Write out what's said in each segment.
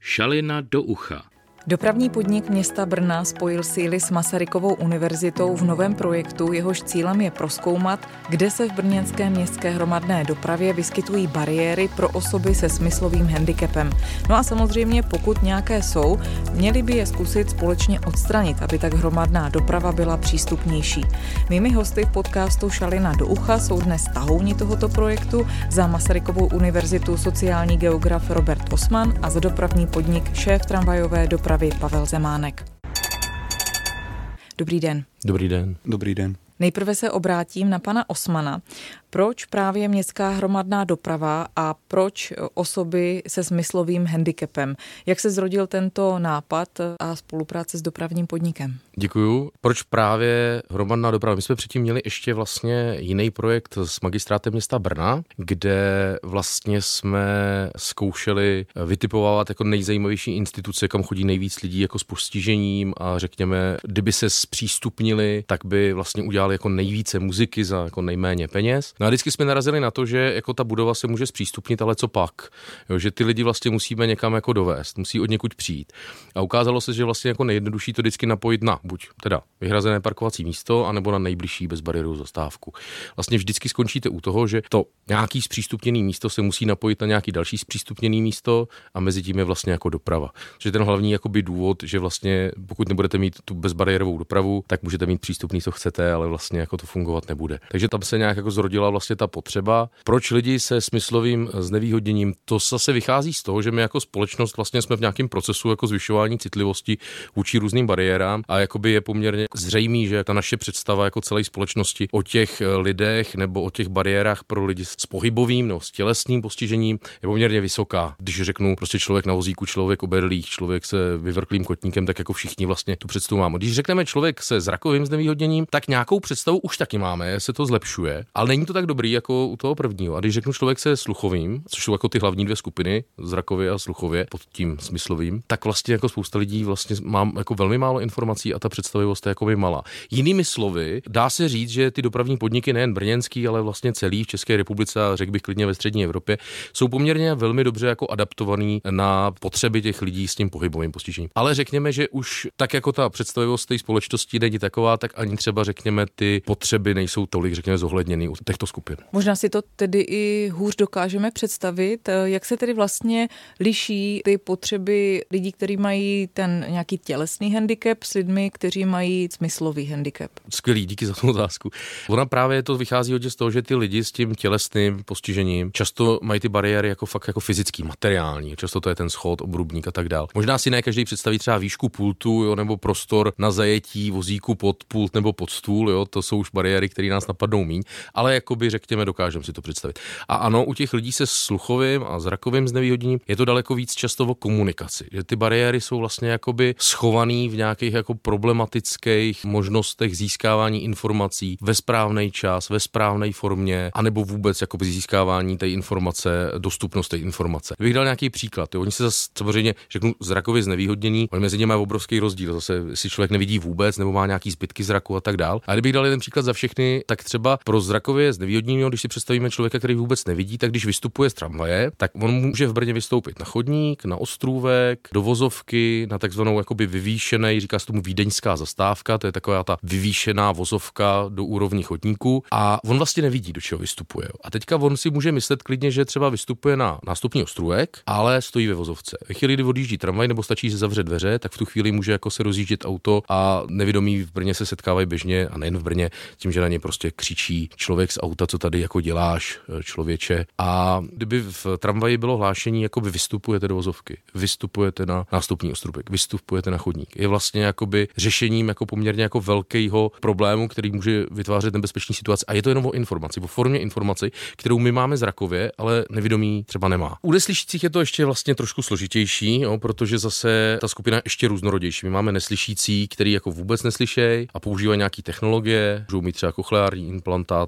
Šalina do ucha. Dopravní podnik města Brna spojil síly s Masarykovou univerzitou v novém projektu, jehož cílem je prozkoumat, kde se v brněnské městské hromadné dopravě vyskytují bariéry pro osoby se smyslovým handicapem. No a samozřejmě, pokud nějaké jsou, měli by je zkusit společně odstranit, aby tak hromadná doprava byla přístupnější. Mými hosty v podcastu Šalina do ucha jsou dnes tahouni tohoto projektu, za Masarykovou univerzitu sociální geograf Robert Osman a za dopravní podnik šéf tramvajové dopravy Pavel Zemánek. Dobrý den. Dobrý den. Dobrý den. Nejprve se obrátím na pana Osmana. Proč právě městská hromadná doprava a proč osoby se smyslovým handicapem? Jak se zrodil tento nápad a spolupráce s dopravním podnikem? Děkuju. Proč právě hromadná doprava? My jsme předtím měli ještě vlastně jiný projekt s magistrátem města Brna, kde vlastně jsme zkoušeli vytipovávat jako nejzajímavější instituce, kam chodí nejvíc lidí jako s postižením a řekněme, kdyby se zpřístupnili, tak by vlastně udělali jako nejvíce muziky za jako nejméně peněz. No a vždycky jsme narazili na to, že jako ta budova se může zpřístupnit, ale co pak? Jo, že ty lidi vlastně musíme někam jako dovést, musí od někud přijít. A ukázalo se, že vlastně jako nejjednodušší to vždycky napojit na buď teda vyhrazené parkovací místo, anebo na nejbližší bezbariérovou zastávku. Vlastně vždycky skončíte u toho, že to nějaký zpřístupněný místo se musí napojit na nějaký další zpřístupněný místo a mezi tím je vlastně jako doprava. Že ten hlavní jakoby důvod, že vlastně pokud nebudete mít tu bezbariérovou dopravu, tak můžete mít přístupný, co chcete, ale vlastně jako to fungovat nebude. Takže tam se nějak jako zrodila vlastně ta potřeba. Proč lidi se smyslovým znevýhodněním? To zase vychází z toho, že my jako společnost vlastně jsme v nějakém procesu jako zvyšování citlivosti vůči různým bariérám a jakoby je poměrně zřejmý, že ta naše představa jako celé společnosti o těch lidech nebo o těch bariérách pro lidi s pohybovým nebo s tělesným postižením je poměrně vysoká. Když řeknu prostě člověk na vozíku, člověk o berlích, člověk se vyvrklým kotníkem, tak jako všichni vlastně tu představu máme. Když řekneme člověk se zrakovým znevýhodněním, tak nějakou představu už taky máme, se to zlepšuje, ale není to tak dobrý jako u toho prvního. A když řeknu člověk se sluchovým, což jsou jako ty hlavní dvě skupiny, zrakově a sluchově, pod tím smyslovým, tak vlastně jako spousta lidí vlastně mám jako velmi málo informací a ta představivost je jako by malá. Jinými slovy, dá se říct, že ty dopravní podniky nejen brněnský, ale vlastně celý v České republice a řekl bych klidně ve střední Evropě, jsou poměrně velmi dobře jako adaptovaný na potřeby těch lidí s tím pohybovým postižením. Ale řekněme, že už tak jako ta představivost té společnosti není taková, tak ani třeba řekněme ty potřeby nejsou tolik řekněme zohledněny u těchto skupin. Možná si to tedy i hůř dokážeme představit, jak se tedy vlastně liší ty potřeby lidí, kteří mají ten nějaký tělesný handicap s lidmi, kteří mají smyslový handicap. Skvělý, díky za tu otázku. Ona právě to vychází hodně z toho, že ty lidi s tím tělesným postižením často mají ty bariéry jako fakt jako fyzický, materiální. Často to je ten schod, obrubník a tak dál. Možná si ne každý představí třeba výšku pultu, jo, nebo prostor na zajetí vozíku pod pult nebo pod stůl, jo, to jsou už bariéry, které nás napadnou míň, ale jakoby řekněme dokážeme si to představit. A ano, u těch lidí se sluchovým a zrakovým znevýhodněním je to daleko víc často o komunikaci. Že ty bariéry jsou vlastně jakoby schovaný v nějakých jako problematických možnostech získávání informací ve správný čas, ve správné formě, anebo vůbec jakoby získávání té informace, dostupnost té informace. Bych dal nějaký příklad. Jo. Oni se zase samozřejmě řeknu zrakově znevýhodnění, oni mezi nimi mají obrovský rozdíl. Zase si člověk nevidí vůbec nebo má nějaký zbytky zraku a tak dál. A kdybych dal jeden příklad za všechny, tak třeba pro zrakově znevýhodnění, když si představíme člověka, který vůbec nevidí, tak když vystupuje z tramvaje, tak on může v Brně vystoupit na chodník, na ostrůvek, do vozovky, na takzvanou jakoby vyvýšený, říká se tomu vídeňská zastávka, to je taková ta vyvýšená vozovka do úrovní chodníku a on vlastně nevidí, do čeho vystupuje. A teďka on si může myslet klidně, že třeba vystupuje na nástupní ostrůvek, ale stojí ve vozovce. Ve chvíli, kdy odjíždí tramvaj nebo stačí se zavřet dveře, tak v tu chvíli může jako se rozjíždět auto a nevědomí v Brně se setkávají běžně a nejen v Brně, tím, že na ně prostě křičí člověk z auta, co tady jako děláš, člověče. A kdyby v tramvaji bylo hlášení, jako vy vystupujete do vozovky, vystupujete na nástupní ostrůvek, vystupujete na chodník. Je vlastně jakoby řešením jako poměrně jako velkého problému, který může vytvářet nebezpečný situaci. A je to jenom o informaci, o formě informaci, kterou my máme zrakově, ale nevědomí třeba nemá. U neslyšících je to ještě vlastně trošku složitější, jo, protože zase ta skupina je ještě různorodější. My máme neslyšící, který jako vůbec neslyšejí a používají nějaký technologie, můžou mít třeba kochleární implantát nebo mají nějaký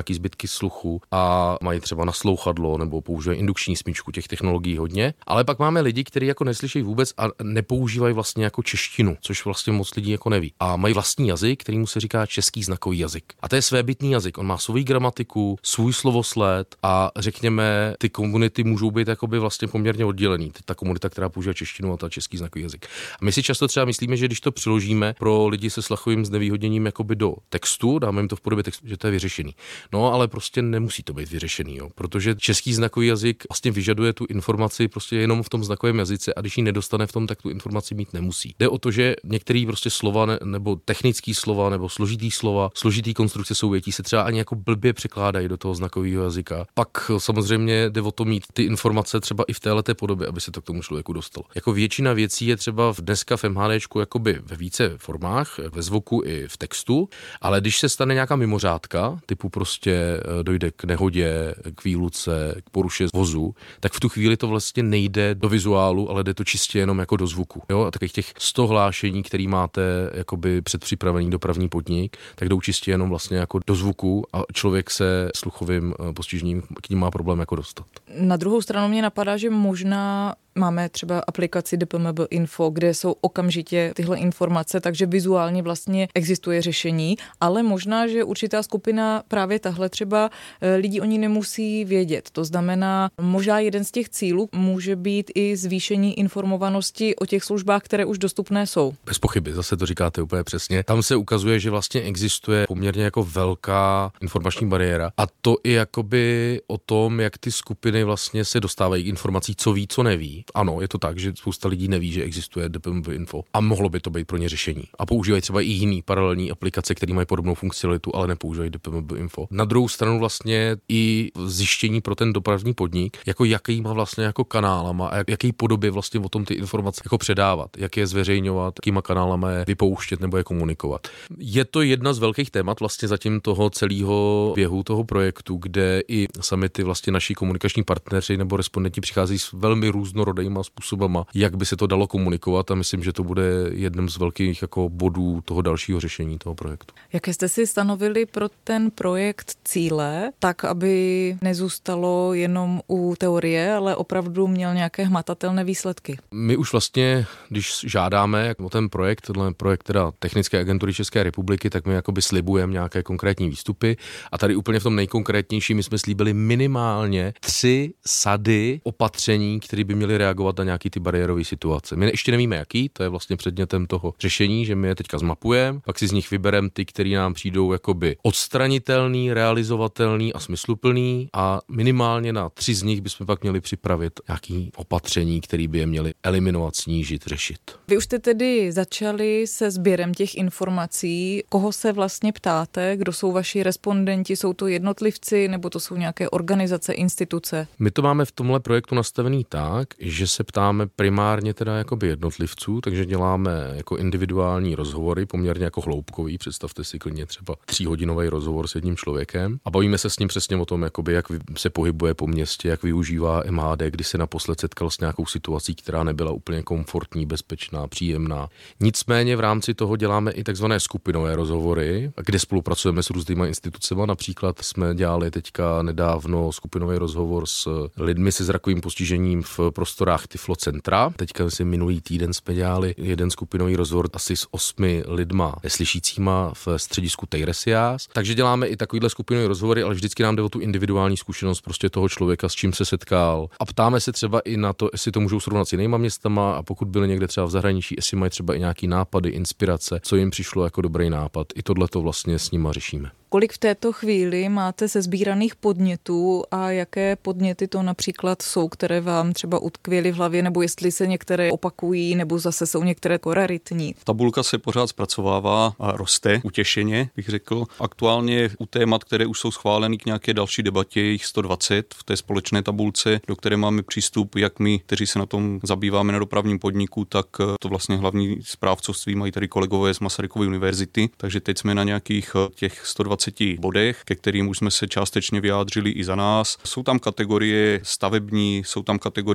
nějaký zbytky sluchu a mají třeba naslouchadlo nebo používají indukční smyčku, těch technologií hodně. Ale pak máme lidi, kteří jako neslyší vůbec a nepoužívají vlastně jako češtinu, což vlastně moc lidí jako neví. A mají vlastní jazyk, kterýmu se říká český znakový jazyk. A to je svébytný jazyk. On má svou gramatiku, svůj slovosled a řekněme, ty komunity můžou být jakoby vlastně poměrně oddělený. Ta komunita, která používá češtinu a ta český znakový jazyk. A my si často třeba myslíme, že když to přeložíme pro lidi se slachovým znevýhodněním jakoby do textu, dáme jim to v podobě textu, že to je vyřešený. No, ale prostě nemusí to být vyřešený, jo, protože český znakový jazyk vlastně vyžaduje tu informaci prostě jenom v tom znakovém jazyce a když ji nedostane v tom, tak tu informaci mít nemusí. Jde o to, že některé prostě slova nebo technické slova nebo složitý slova, složitý konstrukce souvětí se třeba ani jako blbě překládají do toho znakového jazyka. Pak samozřejmě jde o to mít ty informace třeba i v téhleté podobě, aby se to k tomu člověku dostalo. Jako většina věcí je třeba dneska v MHDčku jakoby ve více formách, ve zvuku i v textu, ale když se stane nějaká mimořádka, typu prostě dojde k nehodě, k výluce, k poruše vozu, tak v tu chvíli to vlastně nejde do vizuálu, ale jde to čistě jenom jako do zvuku. Jo? A takových těch 100 hlášení, který máte jakoby předpřipravený dopravní podnik, tak jdou čistě jenom vlastně jako do zvuku a člověk se sluchovým postižením k ním má problém jako dostat. Na druhou stranu mě napadá, že možná máme třeba aplikaci DPMB Info, kde jsou okamžitě tyhle informace, takže vizuálně vlastně existuje řešení, ale možná, že určitá skupina právě tahle třeba lidi o ní nemusí vědět. To znamená, možná jeden z těch cílů může být i zvýšení informovanosti o těch službách, které už dostupné jsou. Bez pochyby, zase to říkáte úplně přesně. Tam se ukazuje, že vlastně existuje poměrně jako velká informační bariéra a to i jakoby o tom, jak ty skupiny vlastně se dostávají k informací, co ví, co neví. Ano, je to tak, že spousta lidí neví, že existuje DPMB Info a mohlo by to být pro ně řešení. A používají třeba i jiný paralelní aplikace, které mají podobnou funkcionalitu, ale nepoužívají DPMB Info. Na druhou stranu vlastně i zjištění pro ten dopravní podnik, jako jaký má vlastně jako kanálama a jaký podobě vlastně o tom ty informace jako předávat, jak je zveřejňovat, jakýma kanálama je vypouštět nebo je komunikovat. Je to jedna z velkých témat vlastně zatím toho celého běhu toho projektu, kde i sami ty vlastně naši komunikační partneři nebo respondenti přicházejí s velmi různorodými způsobama, jak by se to dalo komunikovat a myslím, že to bude jedním z velkých jako bodů toho dalšího řešení toho projektu. Jaké jste si stanovili pro ten projekt cíle, tak aby nezůstalo jenom u teorie, ale opravdu měl nějaké hmatatelné výsledky? My už vlastně, když žádáme o ten projekt, tohle projekt teda Technické agentury České republiky, tak my jakoby slibujeme nějaké konkrétní výstupy a tady úplně v tom nejkonkrétnější my jsme slíbili minimálně 3 sady opatření, které by měly reagovat na nějaký ty bariérové situace. My ještě nevíme jaký, to je vlastně předmětem toho řešení, že my je teďka zmapujeme, pak si z nich vybereme ty, které nám přijdou jakoby odstranitelný, realizovatelný a smysluplný a minimálně na 3 z nich bychom pak měli připravit nějaký opatření, které by je měly eliminovat, snížit, řešit. Vy už jste tedy začali se sběrem těch informací. Koho se vlastně ptáte? Kdo jsou vaši respondenti? Jsou to jednotlivci nebo to jsou nějaké organizace, instituce? My to máme v tomhle projektu nastavený tak, že se ptáme primárně teda jakoby jednotlivců, takže děláme jako individuální rozhovory, poměrně jako hloubkový. Představte si klidně třeba 3hodinový rozhovor s jedním člověkem a bavíme se s ním přesně o tom, jakoby, jak se pohybuje po městě, jak využívá MHD, kdy se naposled setkal s nějakou situací, která nebyla úplně komfortní, bezpečná, příjemná. Nicméně v rámci toho děláme i takzvané skupinové rozhovory, kde spolupracujeme s různýma institucemi. Například jsme dělali teďka nedávno skupinový rozhovor s lidmi se zrakovým postižením v prostorách Tiflo centra. Teďka si minulý týden jsme dělali jeden skupinový rozhovor asi s 8 lidma neslyšícíma v středisku Teiresias. Takže děláme i takovýhle skupinový rozhovory, ale vždycky nám jde o tu individuální zkušenost prostě toho člověka, s čím se setkal. A ptáme se třeba i na to, jestli to můžou srovnat s jinýma městama a pokud byli někde třeba v zahraničí, jestli mají třeba i nějaký nápady, inspirace, co jim přišlo jako dobrý nápad. I tohle to vlastně s nima řešíme. Kolik v této chvíli máte sesbíraných podnětů a jaké podněty to například jsou, které vám třeba utkvěly v hlavě, nebo jestli se některé opakují, nebo zase jsou některé raritní? Tabulka se pořád zpracovává a roste utěšeně, bych řekl. Aktuálně u témat, které už jsou schváleny k nějaké další debatě, jich 120 v té společné tabulce, do které máme přístup jak my, kteří se na tom zabýváme na dopravním podniku, tak to vlastně hlavní správcovství mají tady kolegové z Masarykovy univerzity, takže teď jsme na nějakých těch 120 bodech, ke kterým už jsme se částečně vyjádřili i za nás. Jsou tam kategorie stavební, jsou tam kategorie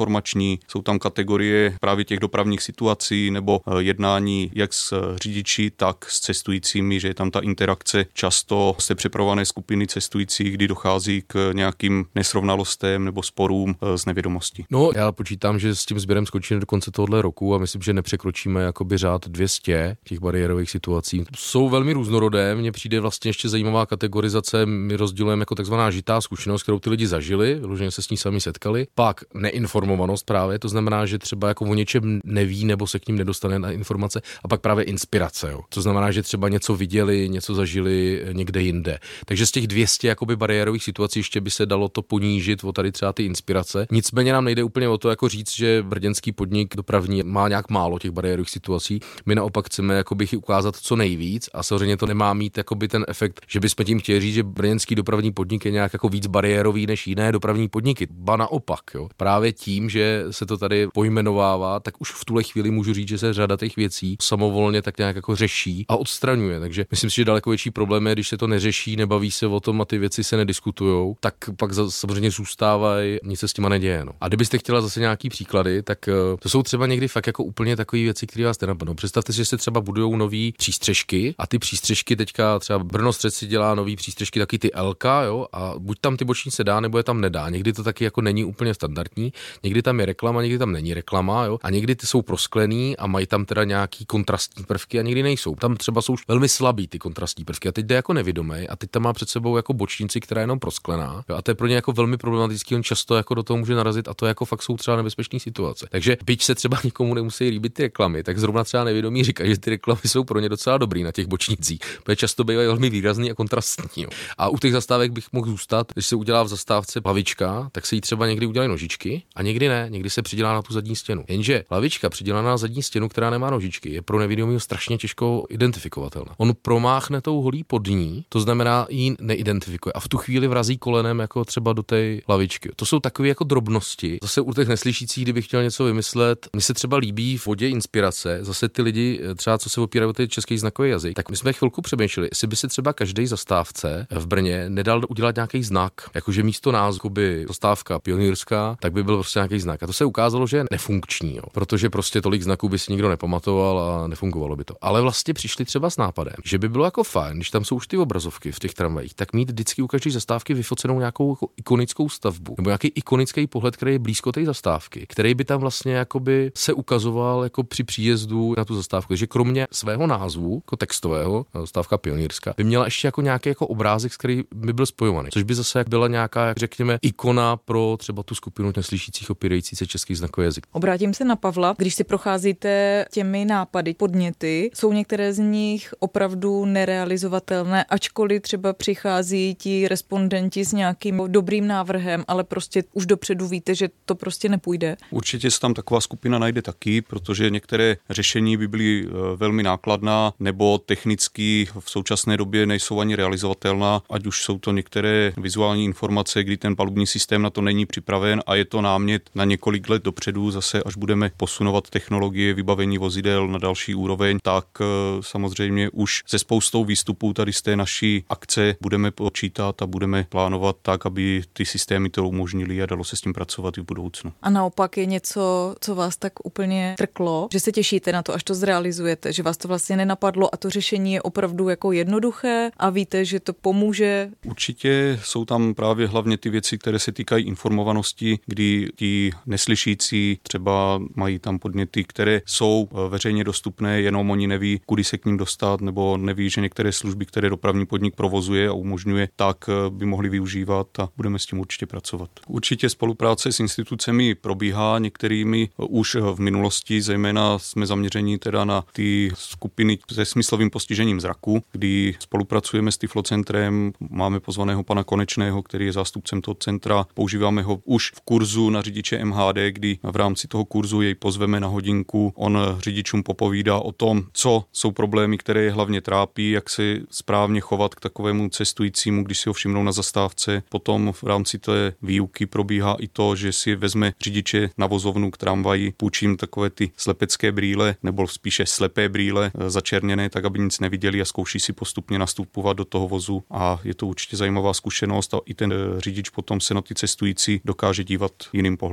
informační, jsou tam kategorie právě těch dopravních situací nebo jednání jak s řidiči, tak s cestujícími, že je tam ta interakce často z té přepravované skupiny cestujících, kdy dochází k nějakým nesrovnalostem nebo sporům z nevědomosti. No, já počítám, že s tím sběrem skončíme do konce tohoto roku a myslím, že nepřekročíme jakoby řád 200 těch bariérových situací. Jsou velmi různorodé, mně přijde vlastně ještě zajímavá kategorizace, my rozdělujeme jako takzvaná žitá zkušenost, kterou ty lidi zažili, vyloženě se s ní sami setkali. Pak neinformovanost právě, to znamená, že třeba jako o něčem neví nebo se k ním nedostane na informace, a pak právě inspirace, jo. To znamená, že třeba něco viděli, něco zažili někde jinde. Takže z těch 200 jakoby bariérových situací ještě by se dalo to ponížit o tady třeba ty inspirace. Nicméně nám nejde úplně o to jako říct, že brněnský podnik dopravní má nějak málo těch bariérových situací. My naopak chceme jakoby ukázat co nejvíc a samozřejmě to nemá mít jakoby ten efekt, že bychom tím chtěli říct, že brněnský dopravní podnik je nějak jako víc bariérový než jiné dopravní podniky. Ba naopak, jo. Právě tím, že se to tady pojmenovává, tak už v tuhle chvíli můžu říct, že se řada těch věcí samovolně tak nějak jako řeší a odstraňuje. Takže myslím si, že daleko větší problém je, když se to neřeší, nebaví se o tom a ty věci se nediskutujou, tak pak samozřejmě zůstávají, nic se s těma neděje. No. A kdybyste chtěla zase nějaký příklady, tak to jsou třeba někdy fakt jako úplně takové věci, které vás nenapadnou. Představte si, že se třeba budujou nový přístřežky a ty přístřežky teďka třeba Brno střed si dělá nový přístřežky, taky ty LK, jo, a buď tam ty boční se dá, nebo je tam nedá. Někdy to taky jako není úplně standardní, někdy tam je reklama, někdy tam není reklama, jo, a někdy ty jsou prosklený a mají tam teda nějaký kontrastní prvky a někdy nejsou. Tam třeba jsou už velmi slabý ty kontrastní prvky a teď jde jako nevidomý a teď tam má před sebou jako bočnici, která je jenom prosklená. Jo, a to je pro ně jako velmi problematický, on často jako do toho může narazit a to jako fakt jsou třeba nebezpečné situace. Takže byť se třeba nikomu nemusí líbit ty reklamy, tak zrovna třeba nevědomí říkají, že ty reklamy jsou pro ně docela dobrý na těch bočnicích, protože často bývají velmi výrazný a kontrastní. Jo. A u těch zastávek bych mohl zůstat, když se udělá v zastávce lavička, tak se jí třeba někdy udělají nožičky a někdy ne, někdy se přidělá na tu zadní stěnu. Jenže lavička přidělaná na zadní stěnu, která nemá nožičky, je pro nevědomího strašně těžko identifikovatelná. On promáchne tou holí pod ní, to znamená ji neidentifikuje a v tu chvíli vrazí kolenem jako třeba do té lavičky. To jsou takové jako drobnosti. Zase u těch neslyšících, kdybych chtěl něco vymyslet, mně se třeba líbí v vodě inspirace, zase ty lidi třeba co se opírají o ten český znakový jazyk, tak my jsme chvilku přemýšleli, jestli by se třeba každý zastávce v Brně nedal udělat nějaký znak, jakože místo názvu by zastávka Pionýrská, tak by byl prostě nějaký znak. A to se ukázalo, že je nefunkční, jo, protože prostě tolik znaků by si nikdo nepamatoval a nefungovalo by to. Ale vlastně přišli třeba s nápadem, že by bylo jako fajn, když tam jsou už ty obrazovky v těch tramvajích, tak mít vždycky u každé zastávky vyfocenou nějakou jako ikonickou stavbu nebo nějaký ikonický pohled, který je blízko té zastávky, který by tam vlastně jakoby se ukazoval jako při příjezdu na tu zastávku. Takže kromě svého názvu, jako textového, zastávka Pionýrská, by měla ještě jako nějaký jako obrázek, s který by byl spojovaný. Což by zase byla nějaká, řekněme, ikona pro třeba tu skupinu neslyšících opírající se český znakový jazyk. Obrátím se na Pavla. Když si procházíte těmi nápady, podněty, jsou některé z nich opravdu nerealizovatelné, ačkoliv třeba přichází ti respondenti s nějakým dobrým návrhem, ale prostě už dopředu víte, že to prostě nepůjde. Určitě se tam taková skupina najde taky, protože některé řešení by byly velmi nákladná nebo technicky v současné době nejsou ani realizovatelná, ať už jsou to některé vizuální informace, kdy ten palubní systém na to není připraven a je to námět na několik let dopředu, zase až budeme posunovat technologie, vybavení vozidel na další úroveň, tak samozřejmě už se spoustou výstupů tady z té naší akce budeme počítat a budeme plánovat tak, aby ty systémy to umožnili a dalo se s tím pracovat i v budoucnu. A naopak je něco, co vás tak úplně trklo, že se těšíte na to, až to zrealizujete, že vás to vlastně nenapadlo a to řešení je opravdu jako jednoduché a víte, že to pomůže? Určitě jsou tam právě hlavně ty věci, které se týkají informovanosti, kdy ti neslyšící třeba mají tam podněty, které jsou veřejně dostupné, jenom oni neví, kudy se k ním dostat, nebo neví, že některé služby, které dopravní podnik provozuje a umožňuje, tak by mohli využívat a budeme s tím určitě pracovat. Určitě spolupráce s institucemi probíhá, některými už v minulosti, zejména jsme zaměření teda na ty skupiny se smyslovým postižením zraku, kdy spolupracujeme s Tyflocentrem, máme pozvaného pana Konečného, který je zástupcem toho centra, používáme ho už v kurzu na řidiče MHD, kdy v rámci toho kurzu jej pozveme na hodinku, on řidičům popovídá o tom, co jsou problémy, které je hlavně trápí, jak se správně chovat k takovému cestujícímu, když si ho všimnou na zastávce. Potom v rámci té výuky probíhá i to, že si vezme řidiče na vozovnu k tramvaji, půjčím takové ty slepecké brýle, nebo spíše slepé brýle začerněné, tak aby nic neviděli a zkouší si postupně nastupovat do toho vozu a je to určitě zajímavá zkušenost a i ten řidič potom se na ty cestující dokáže dívat jiným pohledem.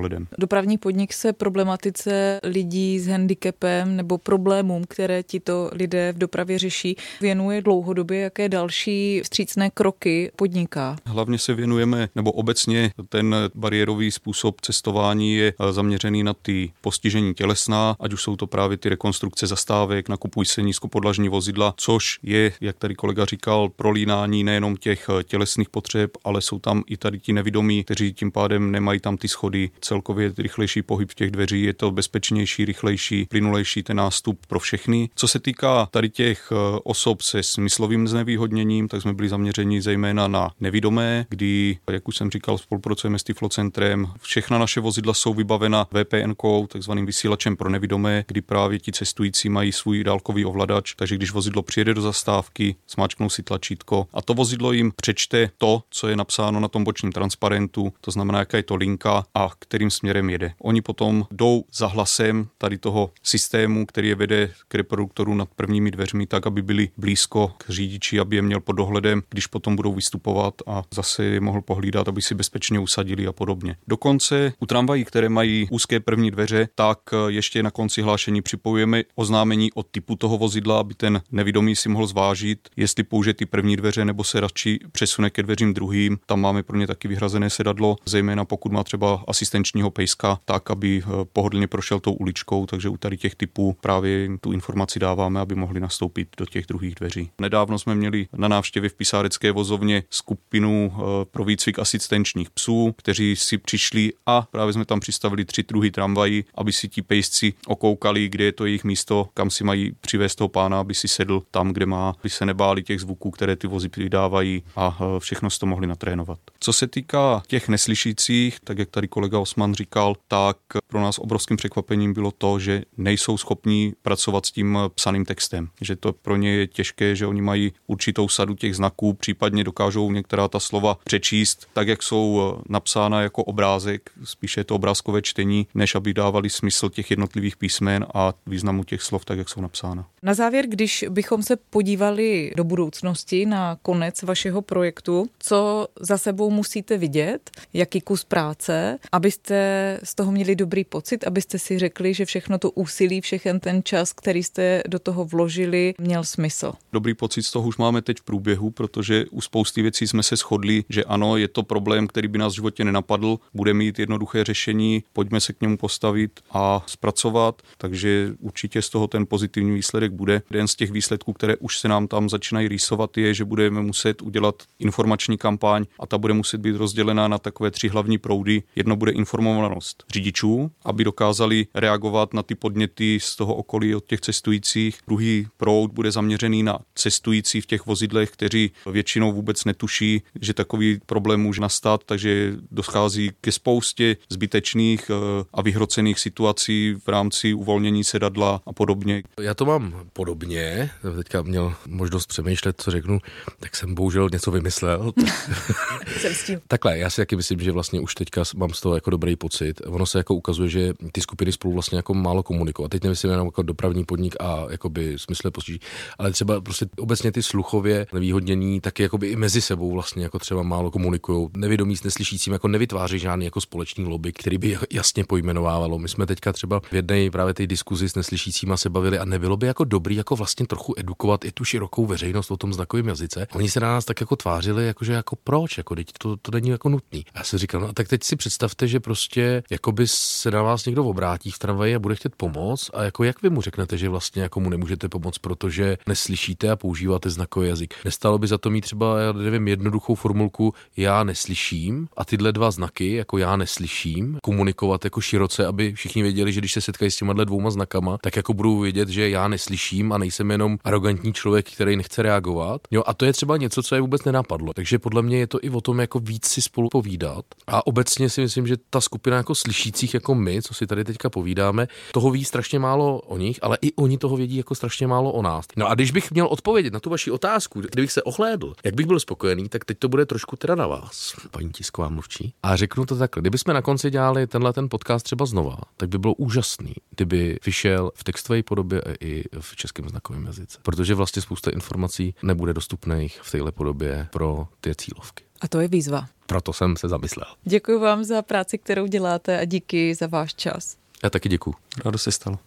dohledem. Dopravní podnik se problematice lidí s handicapem nebo problémům, které tito lidé v dopravě řeší, věnuje dlouhodobě. Jaké další vstřícné kroky podniká? Hlavně se věnujeme, nebo obecně ten bariérový způsob cestování je zaměřený na ty postižení tělesná, ať už jsou to právě ty rekonstrukce zastávek, nakupují se nízkopodlažní vozidla, což je, jak tady kolega říkal, prolínání nejenom těch tělesných potřeb, ale jsou tam i tady ti nevidomí, kteří tím pádem nemají tam ty schody, celkově rychlejší pohyb v těch dveří, je to bezpečnější, rychlejší, plynulejší ten nástup pro všechny. Co se týká tady těch osob se smyslovým znevýhodněním, tak jsme byli zaměřeni zejména na nevidomé, kdy, jak už jsem říkal, spolupracujeme s Tiflocentrem. Všechna naše vozidla jsou vybavena VPN-kou, takzvaným vysílačem pro nevidomé, kdy právě ti cestující mají svůj dálkový ovladač, takže když vozidlo přijede do zastávky, smáčknou si tlačítko a to vozidlo jim přečte to, co je napsáno na tom bočním transparentu, to znamená, jaká je to linka a kterým směrem jede. Oni potom jdou za hlasem tady toho systému, který je vede k reproduktoru nad prvními dveřmi, tak aby byli blízko k řidiči, aby je měl pod dohledem, když potom budou vystupovat a zase je mohl pohlídat, aby si bezpečně usadili a podobně. Dokonce u tramvají, které mají úzké první dveře, tak ještě na konci hlášení připojujeme oznámení o typu toho vozidla, aby ten nevidomý si mohl zvážit, jestli použije ty první dveře nebo se radši přesune ke dveřím druhým. Tam máme pro ně taky vyhrazené sedadlo, zejména pokud má třeba asistenčního pejska, tak aby pohodlně prošel tou uličkou, takže u tady těch typů právě jim tu informaci dáváme, aby mohli nastoupit do těch druhých dveří. Nedávno jsme měli na návštěvě v Pisárecké vozovně skupinu pro výcvik asistenčních psů, kteří si přišli a právě jsme tam přistavili 3 druhy tramvají, aby si ti pejsci okoukali, kde je to jejich místo, kam si mají přivést toho pána, aby si sedl tam, kde má, aby se nebáli těch zvuků, které ty vozy vydávají a všechno si to mohli natrénovat. Co se týká těch neslyšících, tak jak tady kolega Osman říkal, tak pro nás obrovským překvapením bylo to, že nejsou schopní pracovat s tím psaným textem, že to pro ně je těžké, že oni mají určitou sadu těch znaků, případně dokážou některá ta slova přečíst tak, jak jsou napsána jako obrázek, spíše je to obrázkové čtení, než aby dávali smysl těch jednotlivých písmen a významu těch slov tak, jak jsou napsána. Na závěr, když bychom se podívali do budoucnosti na konec vašeho projektu, co za sebou musíte vidět, jaký kus práce, abyste z toho měli dobrý pocit, abyste si řekli, že všechno to úsilí, všechen ten čas, který jste do toho vložili, měl smysl. Dobrý pocit z toho už máme teď v průběhu, protože u spousty věcí jsme se shodli, že ano, je to problém, který by nás v životě nenapadl, bude mít jednoduché řešení, pojďme se k němu postavit a zpracovat, takže určitě z toho ten pozitivní výsledek bude. Jeden z těch výsledků, které už se nám tam začínají rýsovat, je, že budeme muset udělat informační kampaň a ta bude muset být rozdělená na takové 3 hlavní proudy. Jedno bude informovanost řidičů, aby dokázali reagovat na ty podněty z toho okolí od těch cestujících. Druhý proud bude zaměřený na cestující v těch vozidlech, kteří většinou vůbec netuší, že takový problém může nastat, takže dochází ke spoustě zbytečných a vyhrocených situací v rámci uvolnění sedadla a podobně. Já to mám podobně, teďka měl možnost přemýšlet, co řeknu, tak jsem bohužel něco vymyslel. Takhle, já si taky myslím, že vlastně už teďka mám z toho jako dobrý pocit. Ono se jako ukazuje, že ty skupiny spolu vlastně jako málo komunikují. A teď nemyslím jenom jako dopravní podnik a jakoby smysl postiží, ale třeba prostě obecně ty sluchově nevýhodnění taky jakoby i mezi sebou vlastně jako třeba málo komunikují. Nevědomí s neslyšícím jako nevytváří žádný jako společný lobby, který by jasně pojmenovávalo. My jsme teďka třeba v jedné právě té diskuzi s neslyšícíma se bavili a nebylo by jako dobrý jako vlastně trochu edukovat i tu širokou veřejnost o tom znakovém jazyce. Oni se na nás tak jako tvářili, jakože jako proč, jako teď to není jako nutný. A já si říkal, no tak teď si představte, že prostě jakoby se na vás někdo obrátí v tramvaji a bude chtět pomoct a jako jak vy mu řeknete, že vlastně jako mu nemůžete pomoct, protože neslyšíte a používáte znakový jazyk. Nestalo by za to mít třeba, já nevím, jednoduchou formulku já neslyším a tyhle 2 znaky, jako já neslyším, komunikovat jako široce, aby všichni věděli, že když se setkají s těma 2 znakama, tak jako budou vědět, že já neslyším a nejsem jenom arrogantní člověk, který nechce reagovat. Jo, a to je třeba něco, co je vůbec nenapadlo. Takže podle mě je to i o tom jako víc si spolu povídat. A obecně si myslím, že ta skupina jako slyšících jako my, co si tady teďka povídáme, toho ví strašně málo o nich, ale i oni toho vědí jako strašně málo o nás. No a když bych měl odpovědět na tu vaši otázku, kdybych se ohlédl, jak bych byl spokojený, tak teď to bude trošku teda na vás, paní tisková mluvčí. A řeknu to takhle, kdybychom na konci dělali ten podcast třeba znova, tak by bylo úžasný, kdyby vyšel v textové podobě i v českém znakovém jazyce. Protože vlastně spousta informací nebude dostupných v téhle podobě pro ty cílovky. A to je výzva. Proto jsem se zamyslel. Děkuji vám za práci, kterou děláte a díky za váš čas. Já taky děkuju. Rádo se stalo.